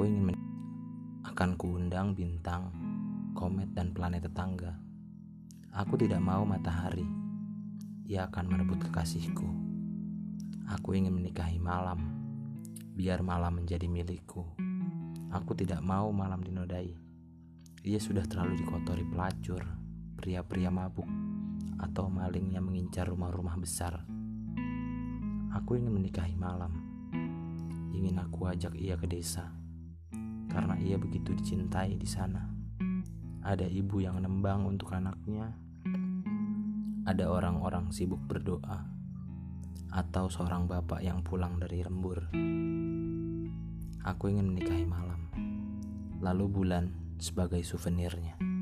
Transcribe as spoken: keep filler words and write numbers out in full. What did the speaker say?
Aku ingin men- akan kuundang bintang, komet dan planet tetangga. Aku tidak mau matahari, ia akan merebut kekasihku. Aku ingin menikahi malam, biar malam menjadi milikku. Aku tidak mau malam dinodai, ia sudah terlalu dikotori pelacur, pria-pria mabuk, atau maling yang mengincar rumah-rumah besar. Aku ingin menikahi malam, ingin aku ajak ia ke desa, karena ia begitu dicintai di sana. Ada ibu yang nembang untuk anaknya, ada orang-orang sibuk berdoa, atau seorang bapak yang pulang dari lembur. Aku ingin menikahi malam, lalu bulan sebagai souvenirnya.